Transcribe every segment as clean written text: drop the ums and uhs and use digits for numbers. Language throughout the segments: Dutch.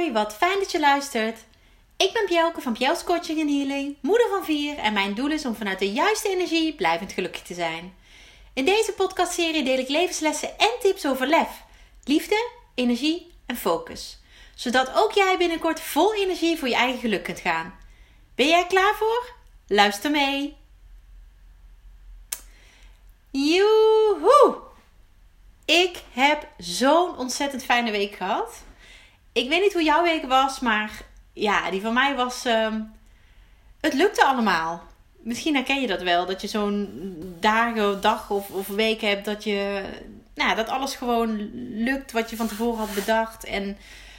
Hoi, wat fijn dat je luistert. Ik ben Bjelke van Bjel's Coaching en Healing, moeder van 4 en mijn doel is om vanuit de juiste energie blijvend gelukkig te zijn. In deze podcastserie deel ik levenslessen en tips over lef, liefde, energie en focus. Zodat ook jij binnenkort vol energie voor je eigen geluk kunt gaan. Ben jij er klaar voor? Luister mee! Joehoe! Ik heb zo'n ontzettend fijne week gehad. Ik weet niet hoe jouw week was, maar ja, die van mij was... het lukte allemaal. Misschien herken je dat wel, dat je zo'n dag of week hebt dat alles gewoon lukt wat je van tevoren had bedacht. En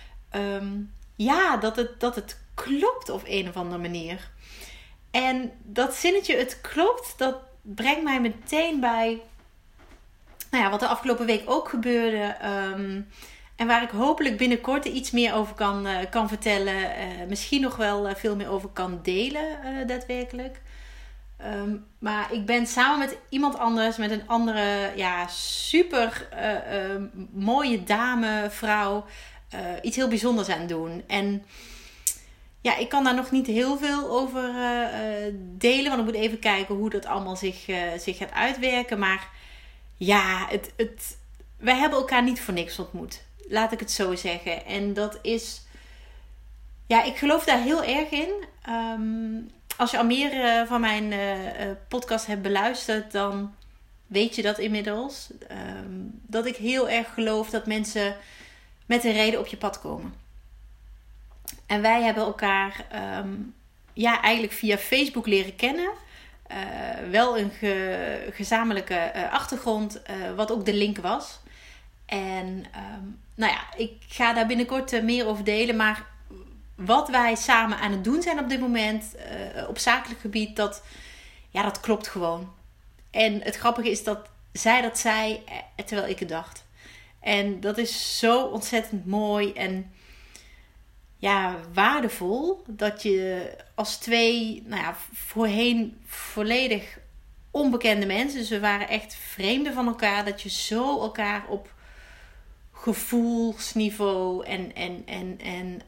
dat het klopt op een of andere manier. En dat zinnetje, het klopt, dat brengt mij meteen bij wat er afgelopen week ook gebeurde. En waar ik hopelijk binnenkort iets meer over kan vertellen. Misschien nog wel veel meer over kan delen daadwerkelijk. Maar ik ben samen met iemand anders, met een andere super mooie dame, vrouw, iets heel bijzonders aan het doen. En ja, ik kan daar nog niet heel veel over delen. Want ik moet even kijken hoe dat allemaal zich gaat uitwerken. Maar ja, wij hebben elkaar niet voor niks ontmoet. Laat ik het zo zeggen. En dat is... Ja, ik geloof daar heel erg in. Als je al meer van mijn podcast hebt beluisterd, dan weet je dat inmiddels. Dat ik heel erg geloof dat mensen met een reden op je pad komen. En wij hebben elkaar eigenlijk via Facebook leren kennen. Wel een gezamenlijke achtergrond, wat ook de link was. En ik ga daar binnenkort meer over delen. Maar wat wij samen aan het doen zijn op dit moment op zakelijk gebied, dat klopt gewoon. En het grappige is dat zij dat zei, terwijl ik het dacht. En dat is zo ontzettend mooi en waardevol dat je als twee, voorheen volledig onbekende mensen, dus we waren echt vreemden van elkaar, dat je zo elkaar op gevoelsniveau en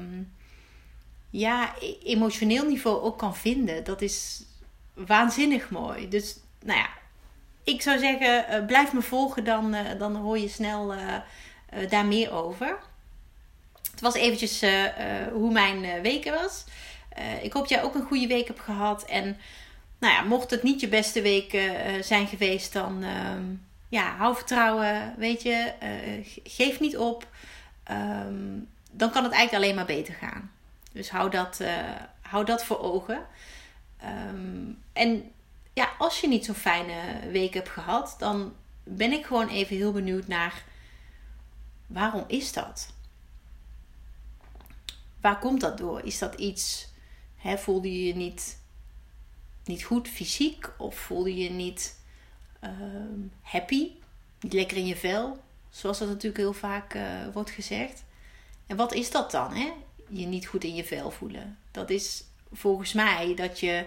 emotioneel niveau ook kan vinden. Dat is waanzinnig mooi. Dus ik zou zeggen, blijf me volgen, dan hoor je snel daar meer over. Het was eventjes hoe mijn weken was. Ik hoop dat jij ook een goede week hebt gehad. En mocht het niet je beste week zijn geweest, dan hou vertrouwen. Weet je, geef niet op. Dan kan het eigenlijk alleen maar beter gaan. Dus hou dat voor ogen. Als je niet zo'n fijne week hebt gehad, dan ben ik gewoon even heel benieuwd naar waarom is dat? Waar komt dat door? Is dat iets, voelde je je niet goed fysiek? Of voelde je je niet happy? Niet lekker in je vel? Zoals dat natuurlijk heel vaak wordt gezegd. En wat is dat dan? Je niet goed in je vel voelen. Dat is volgens mij dat je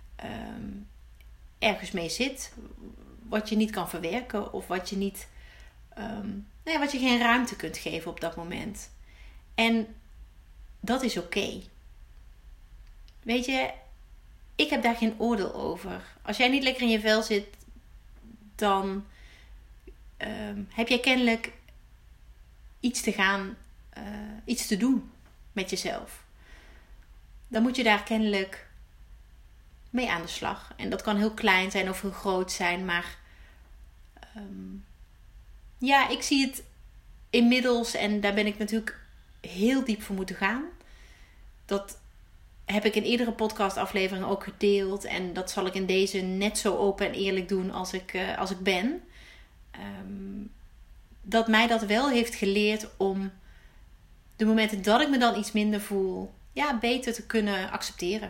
ergens mee zit. Wat je niet kan verwerken. Of wat je niet... wat je geen ruimte kunt geven op dat moment. En dat is oké. Weet je, ik heb daar geen oordeel over. Als jij niet lekker in je vel zit, dan heb jij kennelijk iets te doen met jezelf. Dan moet je daar kennelijk mee aan de slag. En dat kan heel klein zijn of heel groot zijn, maar ik zie het inmiddels, en daar ben ik natuurlijk heel diep voor moeten gaan. Dat heb ik in eerdere podcastaflevering ook gedeeld. En dat zal ik in deze net zo open en eerlijk doen als ik ben. Dat mij dat wel heeft geleerd om de momenten dat ik me dan iets minder voel, beter te kunnen accepteren.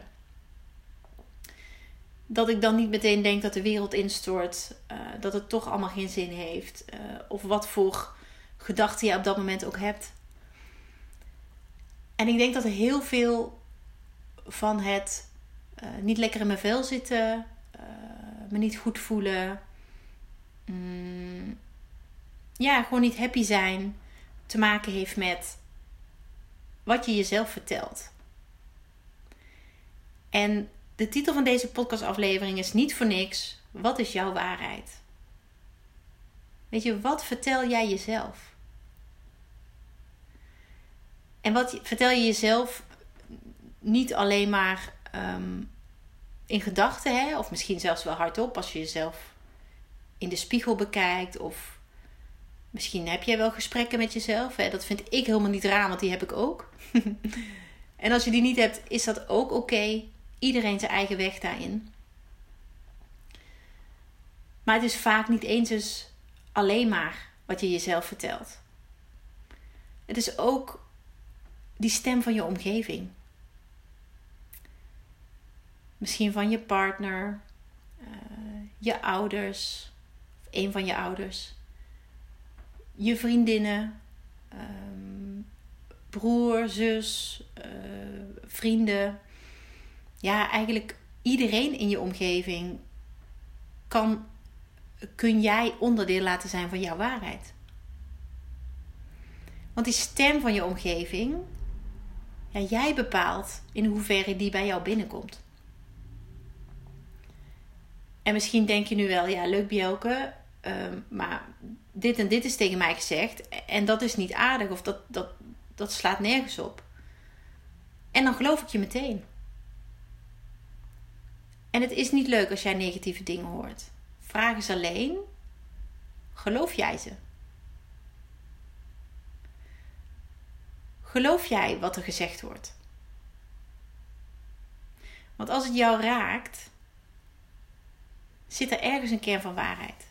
Dat ik dan niet meteen denk dat de wereld instort. Dat het toch allemaal geen zin heeft. Of wat voor gedachten je op dat moment ook hebt. En ik denk dat er heel veel van het niet lekker in mijn vel zitten, me niet goed voelen, gewoon niet happy zijn, te maken heeft met wat je jezelf vertelt. En de titel van deze podcastaflevering is niet voor niks: wat is jouw waarheid? Weet je, wat vertel jij jezelf? En wat vertel je jezelf niet alleen maar in gedachten, hè? Of misschien zelfs wel hardop als je jezelf in de spiegel bekijkt. Of misschien heb jij wel gesprekken met jezelf. Hè? Dat vind ik helemaal niet raar, want die heb ik ook. En als je die niet hebt, is dat ook oké. Iedereen zijn eigen weg daarin. Maar het is vaak niet eens dus alleen maar wat je jezelf vertelt. Het is ook die stem van je omgeving. Misschien van je partner, je ouders, of een van je ouders, je vriendinnen, broer, zus, vrienden. Ja, eigenlijk iedereen in je omgeving kun jij onderdeel laten zijn van jouw waarheid. Want die stem van je omgeving, ja, jij bepaalt in hoeverre die bij jou binnenkomt. En misschien denk je nu wel, ja, leuk Bjelke, maar dit en dit is tegen mij gezegd en dat is niet aardig of dat slaat nergens op. En dan geloof ik je meteen. En het is niet leuk als jij negatieve dingen hoort. Vraag eens alleen, geloof jij ze? Geloof jij wat er gezegd wordt? Want als het jou raakt, zit er ergens een kern van waarheid.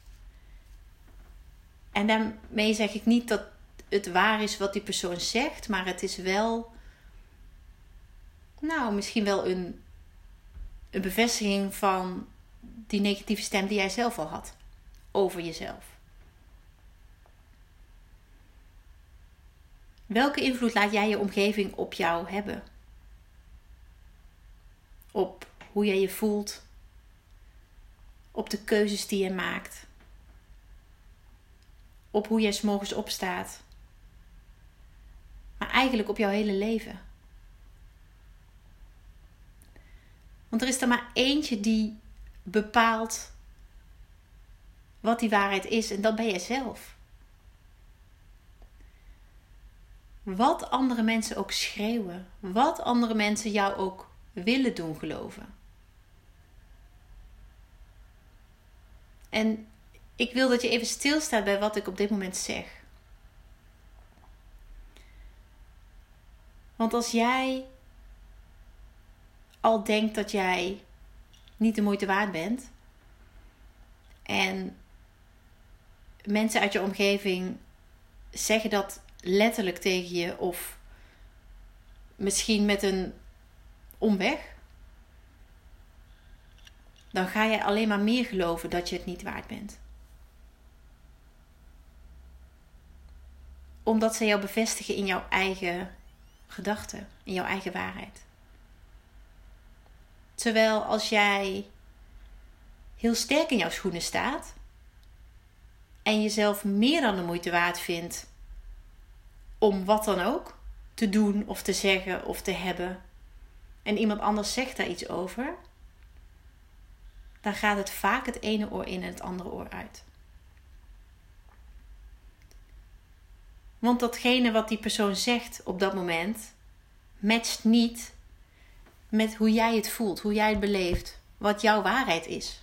En daarmee zeg ik niet dat het waar is wat die persoon zegt, maar het is wel, misschien wel een bevestiging van die negatieve stem die jij zelf al had over jezelf. Welke invloed laat jij je omgeving op jou hebben? Op hoe jij je voelt, op de keuzes die je maakt, op hoe jij 's morgens opstaat, maar eigenlijk op jouw hele leven. Want er is er maar eentje die bepaalt wat die waarheid is en dat ben jij zelf. Wat andere mensen ook schreeuwen, wat andere mensen jou ook willen doen geloven. En ik wil dat je even stilstaat bij wat ik op dit moment zeg. Want als jij al denkt dat jij niet de moeite waard bent en mensen uit je omgeving zeggen dat letterlijk tegen je of misschien met een omweg, dan ga jij alleen maar meer geloven dat je het niet waard bent. Omdat ze jou bevestigen in jouw eigen gedachten, in jouw eigen waarheid. Terwijl als jij heel sterk in jouw schoenen staat en jezelf meer dan de moeite waard vindt om wat dan ook te doen of te zeggen of te hebben en iemand anders zegt daar iets over, dan gaat het vaak het ene oor in en het andere oor uit. Want datgene wat die persoon zegt op dat moment matcht niet met hoe jij het voelt, hoe jij het beleeft, wat jouw waarheid is.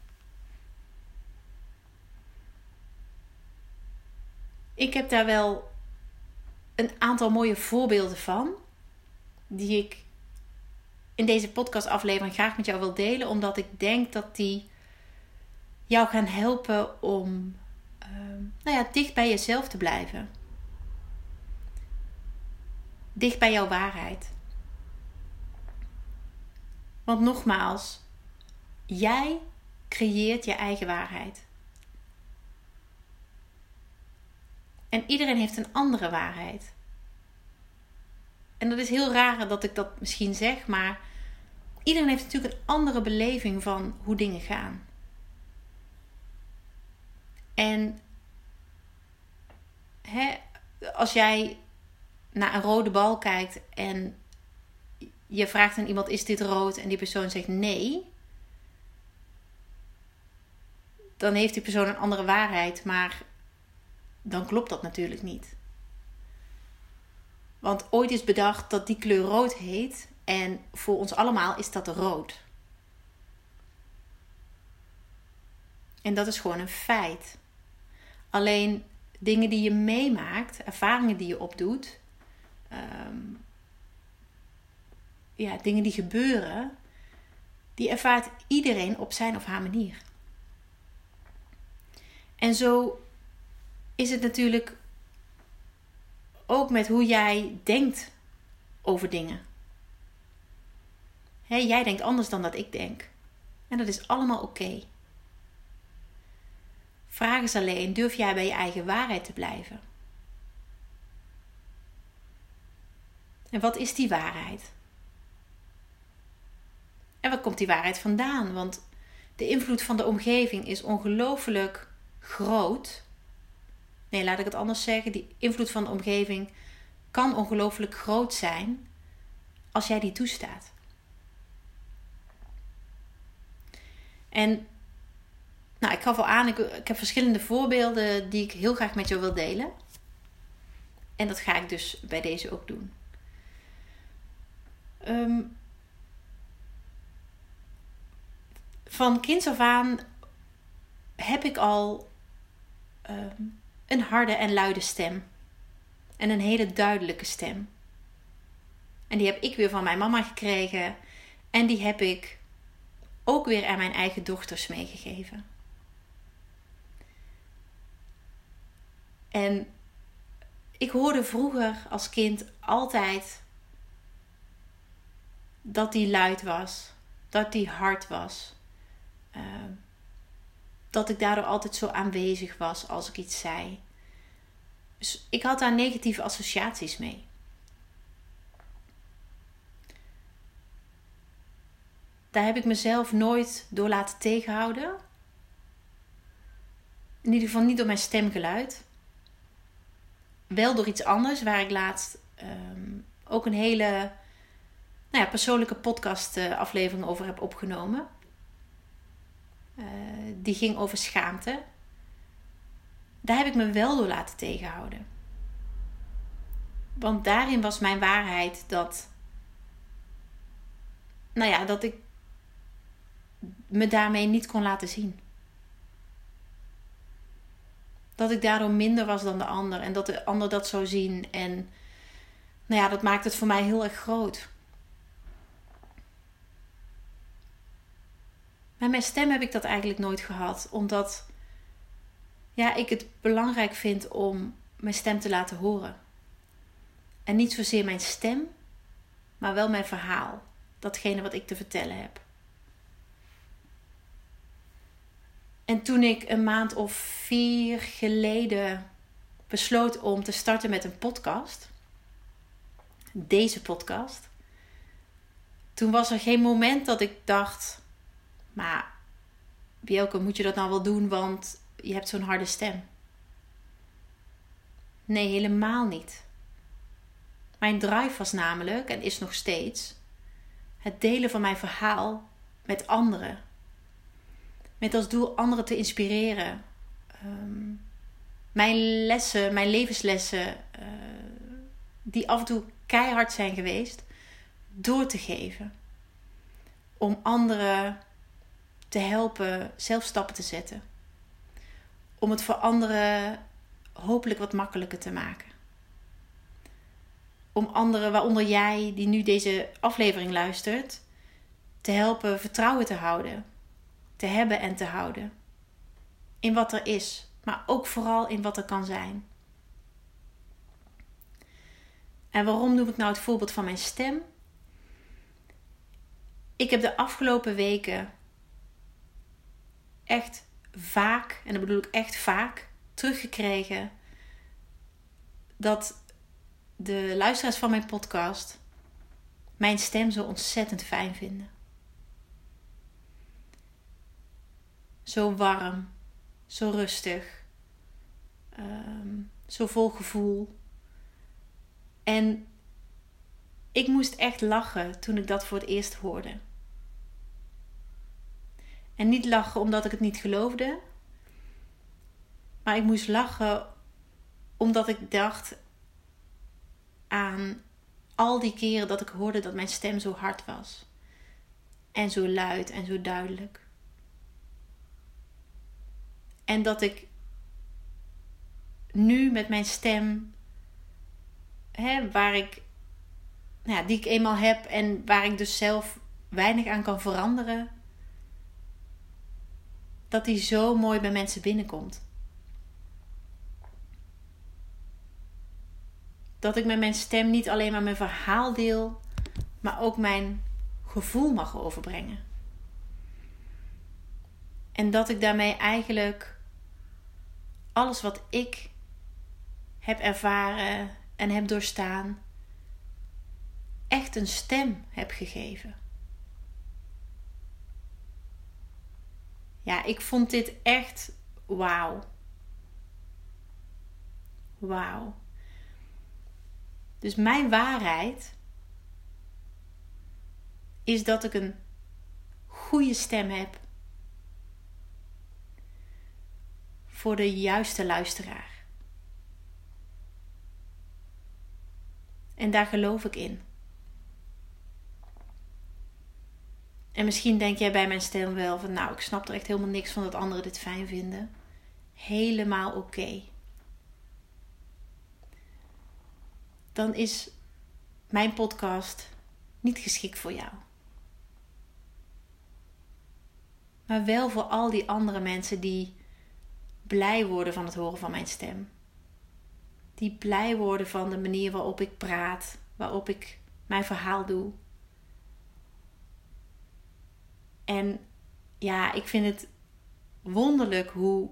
Ik heb daar wel een aantal mooie voorbeelden van, die ik in deze podcastaflevering graag met jou wil delen, omdat ik denk dat die jou gaan helpen om dicht bij jezelf te blijven. Dicht bij jouw waarheid. Want nogmaals, jij creëert je eigen waarheid. En iedereen heeft een andere waarheid. En dat is heel raar dat ik dat misschien zeg, maar iedereen heeft natuurlijk een andere beleving van hoe dingen gaan. En als jij naar een rode bal kijkt en je vraagt aan iemand, is dit rood? En die persoon zegt nee. Dan heeft die persoon een andere waarheid, maar dan klopt dat natuurlijk niet. Want ooit is bedacht dat die kleur rood heet en voor ons allemaal is dat rood. En dat is gewoon een feit. Alleen dingen die je meemaakt, ervaringen die je opdoet, dingen die gebeuren, die ervaart iedereen op zijn of haar manier. En zo is het natuurlijk ook met hoe jij denkt over dingen. Jij denkt anders dan dat ik denk. En dat is allemaal oké. Vraag is alleen, durf jij bij je eigen waarheid te blijven? En wat is die waarheid? En waar komt die waarheid vandaan? Want de invloed van de omgeving is ongelooflijk groot. Nee, laat ik het anders zeggen. Die invloed van de omgeving kan ongelooflijk groot zijn als jij die toestaat. En ik gaf al aan, ik heb verschillende voorbeelden die ik heel graag met jou wil delen. En dat ga ik dus bij deze ook doen. Van kinds af aan heb ik al een harde en luide stem. En een hele duidelijke stem. En die heb ik weer van mijn mama gekregen. En die heb ik ook weer aan mijn eigen dochters meegegeven. En ik hoorde vroeger als kind altijd dat die luid was. Dat die hard was. Dat ik daardoor altijd zo aanwezig was als ik iets zei. Dus ik had daar negatieve associaties mee. Daar heb ik mezelf nooit door laten tegenhouden. In ieder geval niet door mijn stemgeluid. Wel door iets anders, waar ik laatst ook een hele persoonlijke podcast aflevering over heb opgenomen. Die ging over schaamte. Daar heb ik me wel door laten tegenhouden. Want daarin was mijn waarheid dat ik me daarmee niet kon laten zien. Dat ik daardoor minder was dan de ander. En dat de ander dat zou zien. En dat maakt het voor mij heel erg groot. Met mijn stem heb ik dat eigenlijk nooit gehad. Omdat ik het belangrijk vind om mijn stem te laten horen. En niet zozeer mijn stem, maar wel mijn verhaal. Datgene wat ik te vertellen heb. En toen ik een maand of 4 geleden besloot om te starten met een podcast. Deze podcast. Toen was er geen moment dat ik dacht, maar Bjelke, moet je dat nou wel doen, want je hebt zo'n harde stem. Nee, helemaal niet. Mijn drive was namelijk, en is nog steeds, het delen van mijn verhaal met anderen. Met als doel anderen te inspireren. Mijn lessen, mijn levenslessen, die af en toe keihard zijn geweest, door te geven. Om anderen te helpen zelf stappen te zetten. Om het voor anderen hopelijk wat makkelijker te maken. Om anderen, waaronder jij die nu deze aflevering luistert, te helpen vertrouwen te houden. Te hebben en te houden. In wat er is. Maar ook vooral in wat er kan zijn. En waarom noem ik nou het voorbeeld van mijn stem? Ik heb de afgelopen weken echt vaak, en dat bedoel ik echt vaak, teruggekregen dat de luisteraars van mijn podcast mijn stem zo ontzettend fijn vinden. Zo warm, zo rustig, zo vol gevoel. En ik moest echt lachen toen ik dat voor het eerst hoorde. En niet lachen omdat ik het niet geloofde. Maar ik moest lachen omdat ik dacht aan al die keren dat ik hoorde dat mijn stem zo hard was. En zo luid en zo duidelijk. En dat ik nu met mijn stem, die ik eenmaal heb en waar ik dus zelf weinig aan kan veranderen, dat die zo mooi bij mensen binnenkomt. Dat ik met mijn stem niet alleen maar mijn verhaal deel, maar ook mijn gevoel mag overbrengen. En dat ik daarmee eigenlijk alles wat ik heb ervaren en heb doorstaan, echt een stem heb gegeven. Ja, ik vond dit echt wauw. Wauw. Dus mijn waarheid is dat ik een goede stem heb voor de juiste luisteraar. En daar geloof ik in. En misschien denk jij bij mijn stem wel van, nou, ik snap er echt helemaal niks van dat anderen dit fijn vinden. Helemaal oké. Dan is mijn podcast niet geschikt voor jou. Maar wel voor al die andere mensen die blij worden van het horen van mijn stem. Die blij worden van de manier waarop ik praat, waarop ik mijn verhaal doe. En ja, ik vind het wonderlijk hoe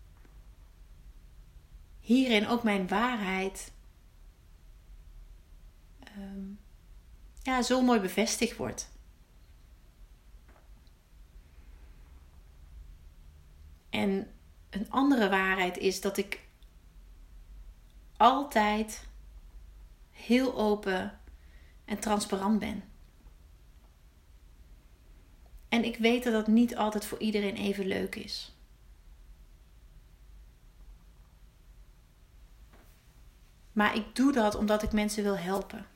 hierin ook mijn waarheid zo mooi bevestigd wordt. En een andere waarheid is dat ik altijd heel open en transparant ben. En ik weet dat dat niet altijd voor iedereen even leuk is. Maar ik doe dat omdat ik mensen wil helpen.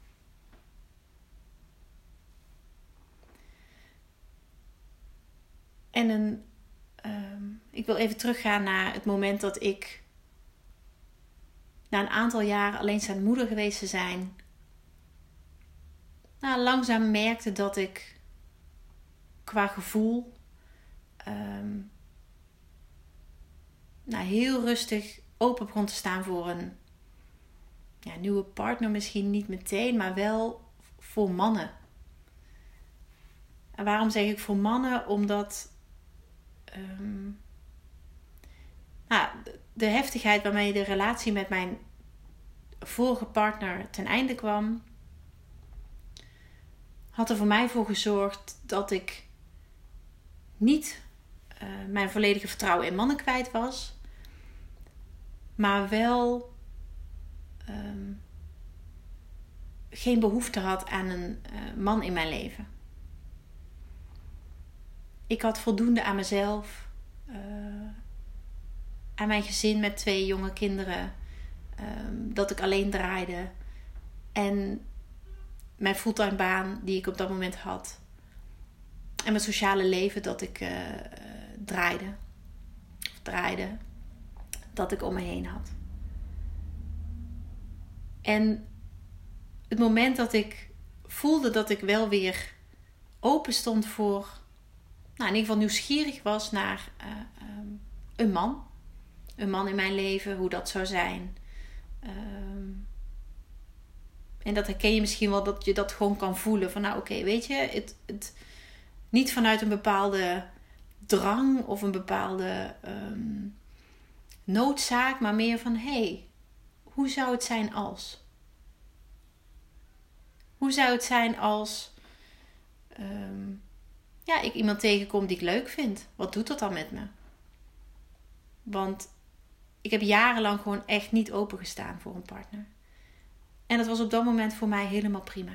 En ik wil even teruggaan naar het moment dat ik na een aantal jaren alleenstaande moeder geweest te zijn, langzaam merkte dat ik qua gevoel heel rustig open begon te staan voor een nieuwe partner. Misschien niet meteen, maar wel voor mannen. En waarom zeg ik voor mannen? Omdat de heftigheid waarmee de relatie met mijn vorige partner ten einde kwam, had er voor mij voor gezorgd dat ik niet mijn volledige vertrouwen in mannen kwijt was, maar wel geen behoefte had aan een man in mijn leven. Ik had voldoende aan mezelf, aan mijn gezin met 2 jonge kinderen, dat ik alleen draaide en mijn fulltime baan die ik op dat moment had en mijn sociale leven dat ik draaide, dat ik om me heen had. En het moment dat ik voelde dat ik wel weer open stond voor, in ieder geval nieuwsgierig was naar een man. Een man in mijn leven, hoe dat zou zijn. En dat herken je misschien wel, dat je dat gewoon kan voelen. Van weet je, het niet vanuit een bepaalde drang of een bepaalde noodzaak, maar meer van, hoe zou het zijn als? Hoe zou het zijn als ik iemand tegenkom die ik leuk vind? Wat doet dat dan met me? Want ik heb jarenlang gewoon echt niet opengestaan voor een partner. En dat was op dat moment voor mij helemaal prima.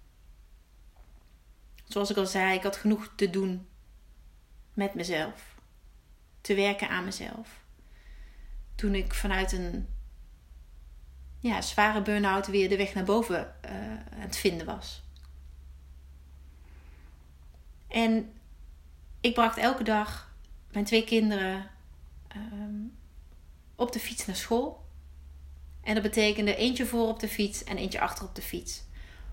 Zoals ik al zei, ik had genoeg te doen met mezelf. Te werken aan mezelf. Toen ik vanuit een zware burn-out weer de weg naar boven aan het vinden was. En ik bracht elke dag mijn 2 kinderen op de fiets naar school. En dat betekende eentje voor op de fiets en eentje achter op de fiets.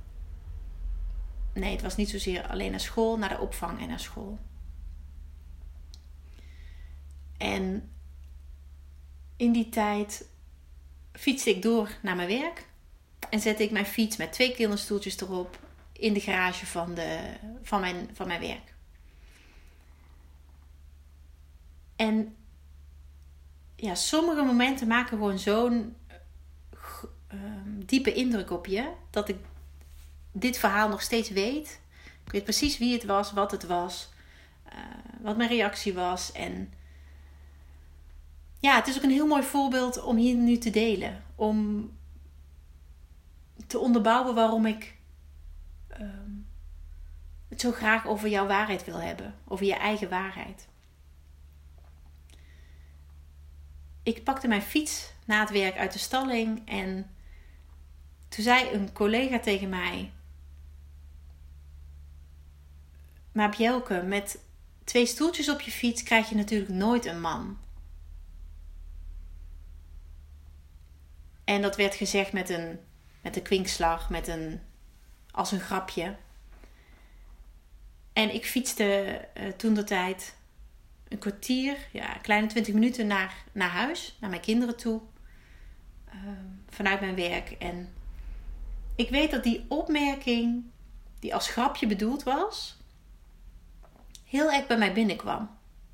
Nee, het was niet zozeer alleen naar school, naar de opvang en naar school. En in die tijd fietste ik door naar mijn werk. En zette ik mijn fiets met 2 kinderstoeltjes erop in de garage van mijn werk. En ja, sommige momenten maken gewoon zo'n diepe indruk op je. Dat ik dit verhaal nog steeds weet. Ik weet precies wie het was, wat het was. Wat mijn reactie was. En ja, het is ook een heel mooi voorbeeld om hier nu te delen. Om te onderbouwen waarom ik het zo graag over jouw waarheid wil hebben. Over je eigen waarheid. Ik pakte mijn fiets na het werk uit de stalling. En toen zei een collega tegen mij: maar Bjelke, met 2 stoeltjes op je fiets krijg je natuurlijk nooit een man. En dat werd gezegd met een kwinkslag, als een grapje. En ik fietste toentertijd een kwartier, een kleine 20 minuten naar huis, naar mijn kinderen toe. Vanuit mijn werk. En ik weet dat die opmerking, die als grapje bedoeld was, heel erg bij mij binnenkwam.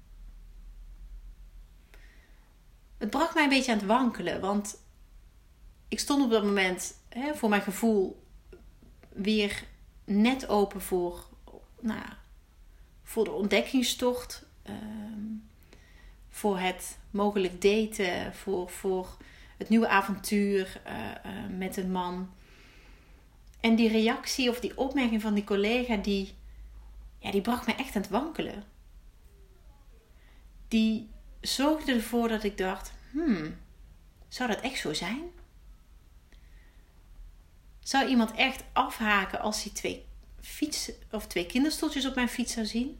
Het bracht mij een beetje aan het wankelen, want ik stond op dat moment, voor mijn gevoel, weer net open voor de ontdekkingstocht. Voor het mogelijk daten. Voor het nieuwe avontuur met een man. En die reactie of die opmerking van die collega, die bracht mij echt aan het wankelen. Die zorgde ervoor dat ik dacht, zou dat echt zo zijn? Zou iemand echt afhaken als hij 2 kinderstoeltjes op mijn fiets zou zien?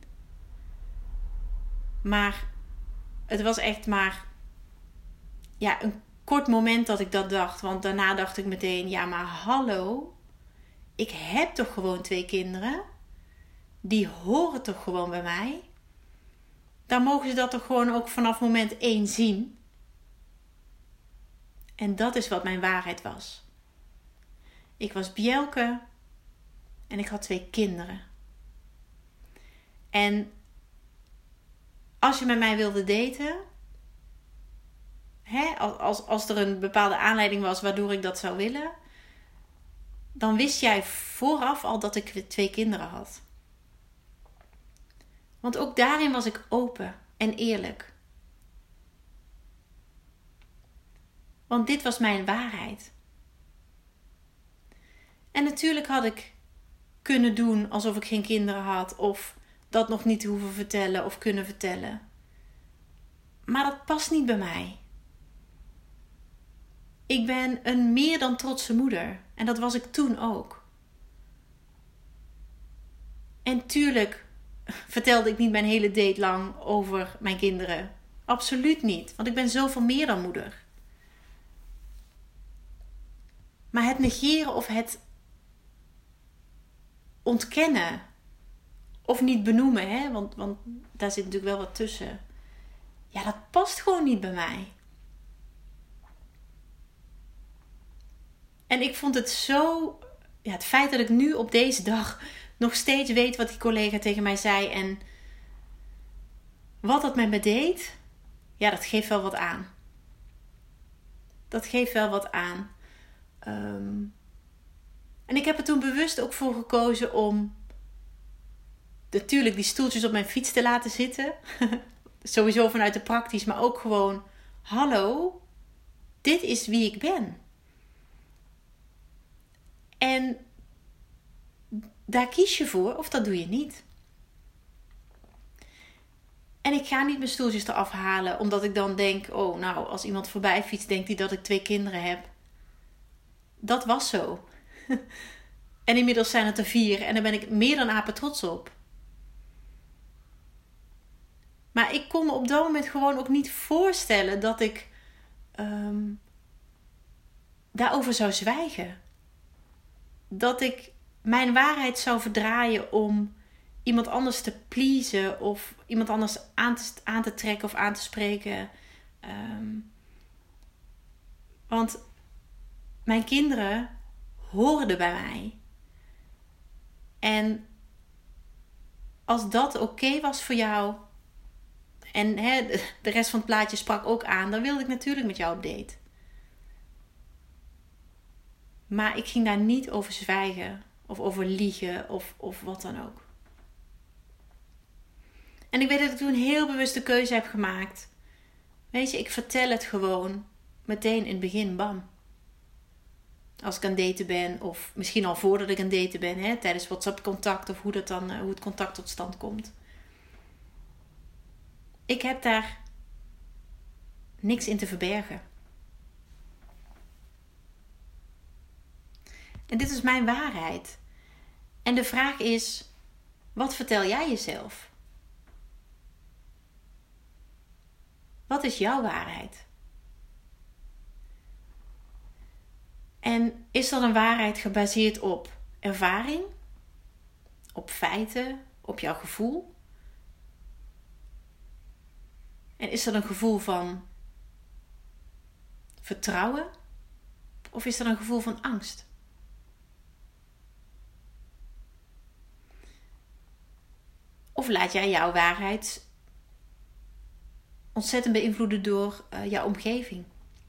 Maar het was echt maar een kort moment dat ik dat dacht. Want daarna dacht ik meteen, maar hallo. Ik heb toch gewoon 2 kinderen? Die horen toch gewoon bij mij? Dan mogen ze dat toch gewoon ook vanaf moment 1 zien? En dat is wat mijn waarheid was. Ik was Bjelke en ik had 2 kinderen. En als je met mij wilde daten, als er een bepaalde aanleiding was waardoor ik dat zou willen, dan wist jij vooraf al dat ik 2 kinderen had. Want ook daarin was ik open en eerlijk. Want dit was mijn waarheid. En natuurlijk had ik kunnen doen alsof ik geen kinderen had, of dat nog niet hoeven vertellen of kunnen vertellen. Maar dat past niet bij mij. Ik ben een meer dan trotse moeder. En dat was ik toen ook. En tuurlijk vertelde ik niet mijn hele date lang over mijn kinderen. Absoluut niet. Want ik ben zoveel meer dan moeder. Maar het negeren of het ontkennen of niet benoemen, want daar zit natuurlijk wel wat tussen. Ja, dat past gewoon niet bij mij. En ik vond het zo, het feit dat ik nu op deze dag nog steeds weet wat die collega tegen mij zei en wat dat met me deed, dat geeft wel wat aan. Dat geeft wel wat aan. En ik heb er toen bewust ook voor gekozen om natuurlijk die stoeltjes op mijn fiets te laten zitten. Sowieso vanuit de praktisch, maar ook gewoon, hallo, dit is wie ik ben. daar kies je voor of dat doe je niet. En ik ga niet mijn stoeltjes eraf halen omdat ik dan denk, oh nou, als iemand voorbij fietst, denkt hij dat ik 2 kinderen heb. Dat was zo. En inmiddels zijn het er 4 en daar ben ik meer dan apen trots op. Maar ik kon me op dat moment gewoon ook niet voorstellen dat ik daarover zou zwijgen. Dat ik mijn waarheid zou verdraaien om iemand anders te pleasen of iemand anders aan te trekken of aan te spreken. Want mijn kinderen hoorden bij mij. En als dat oké was voor jou en de rest van het plaatje sprak ook aan, dan wilde ik natuurlijk met jou op date. Maar ik ging daar niet over zwijgen of over liegen of wat dan ook. En ik weet dat ik toen een heel bewuste keuze heb gemaakt. Weet je, ik vertel het gewoon meteen in het begin, bam. Als ik aan het daten ben of misschien al voordat ik aan het daten ben, tijdens WhatsApp contact of hoe het contact tot stand komt. Ik heb daar niks in te verbergen. En dit is mijn waarheid. En de vraag is, wat vertel jij jezelf? Wat is jouw waarheid? En is dat een waarheid gebaseerd op ervaring? Op feiten? Op jouw gevoel? En is dat een gevoel van vertrouwen? Of is dat een gevoel van angst? Of laat jij jouw waarheid ontzettend beïnvloeden door jouw omgeving?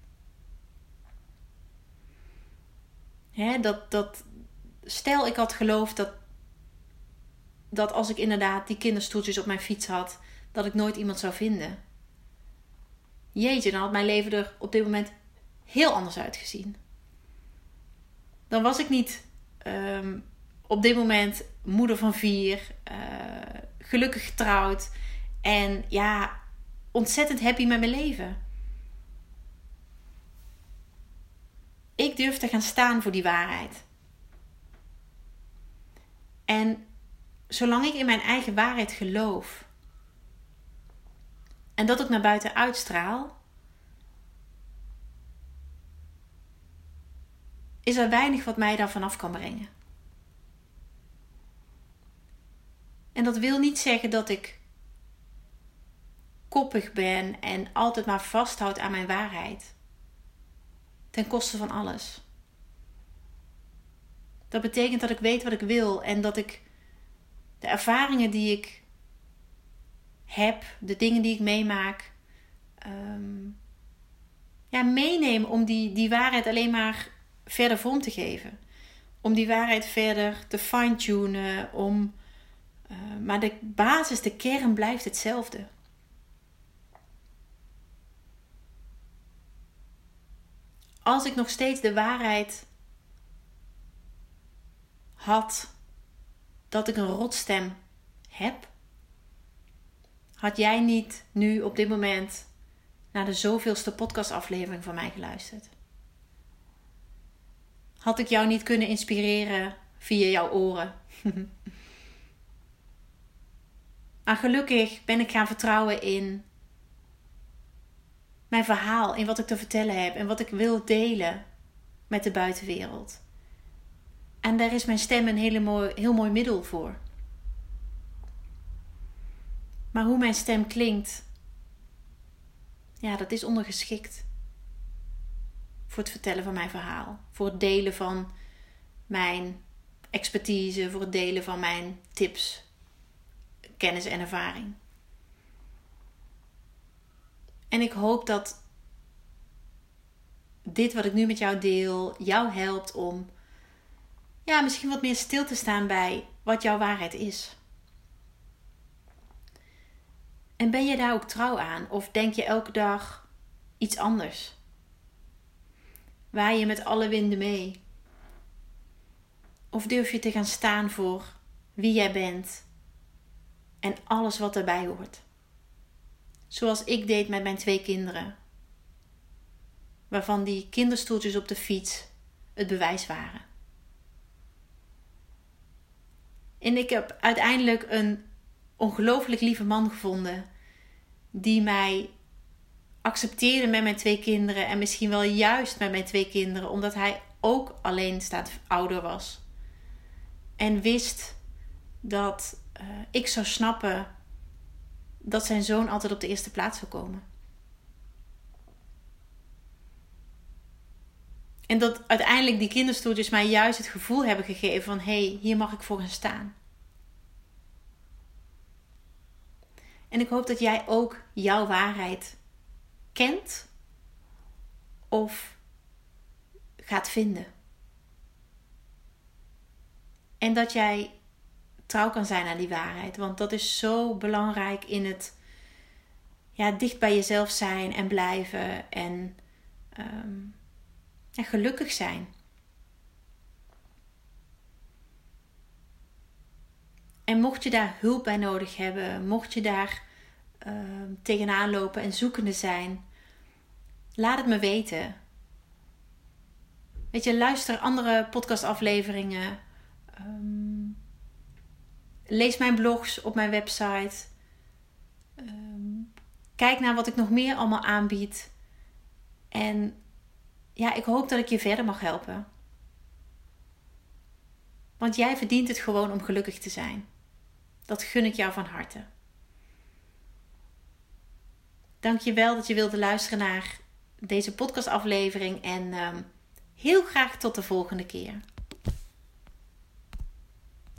Stel ik had geloofd dat als ik inderdaad die kinderstoeltjes op mijn fiets had, dat ik nooit iemand zou vinden. Jeetje, dan had mijn leven er op dit moment heel anders uitgezien. Dan was ik niet op dit moment moeder van 4, gelukkig getrouwd en ja, ontzettend happy met mijn leven. Ik durf te gaan staan voor die waarheid. En zolang ik in mijn eigen waarheid geloof en dat ook naar buiten uitstraal, is er weinig wat mij daar vanaf kan brengen. En dat wil niet zeggen dat ik koppig ben en altijd maar vasthoud aan mijn waarheid. Ten koste van alles. Dat betekent dat ik weet wat ik wil en dat ik de ervaringen die ik heb, de dingen die ik meemaak, meeneem om die waarheid alleen maar verder vorm te geven. Om die waarheid verder te fine-tunen. Maar de basis, de kern blijft hetzelfde. Als ik nog steeds de waarheid had dat ik een rotstem heb, had jij niet nu op dit moment naar de zoveelste podcastaflevering van mij geluisterd. Had ik jou niet kunnen inspireren via jouw oren. Maar gelukkig ben ik gaan vertrouwen in mijn verhaal, in wat ik te vertellen heb en wat ik wil delen met de buitenwereld. En daar is mijn stem een heel mooi middel voor. Maar hoe mijn stem klinkt, ja, dat is ondergeschikt voor het vertellen van mijn verhaal. Voor het delen van mijn expertise, voor het delen van mijn tips, kennis en ervaring. En ik hoop dat dit wat ik nu met jou deel, jou helpt om misschien wat meer stil te staan bij wat jouw waarheid is. En ben je daar ook trouw aan? Of denk je elke dag iets anders? Waai je met alle winden mee? Of durf je te gaan staan voor wie jij bent en alles wat erbij hoort? Zoals ik deed met mijn 2 kinderen. Waarvan die kinderstoeltjes op de fiets het bewijs waren. En ik heb uiteindelijk een ongelooflijk lieve man gevonden. Die mij accepteerde met mijn 2 kinderen. En misschien wel juist met mijn 2 kinderen. Omdat hij ook alleenstaand ouder was. En wist dat ik zou snappen dat zijn zoon altijd op de eerste plaats zou komen. En dat uiteindelijk die kinderstoeltjes mij juist het gevoel hebben gegeven van hé, hier mag ik voor gaan staan. En ik hoop dat jij ook jouw waarheid kent of gaat vinden. En dat jij trouw kan zijn aan die waarheid. Want dat is zo belangrijk in het dicht bij jezelf zijn en blijven en gelukkig zijn. En mocht je daar hulp bij nodig hebben, mocht je daar tegenaan lopen en zoekende zijn, laat het me weten. Weet je, luister andere podcastafleveringen. Lees mijn blogs op mijn website. Kijk naar wat ik nog meer allemaal aanbied. En ik hoop dat ik je verder mag helpen. Want jij verdient het gewoon om gelukkig te zijn. Dat gun ik jou van harte. Dank je wel dat je wilde luisteren naar deze podcastaflevering. En heel graag tot de volgende keer.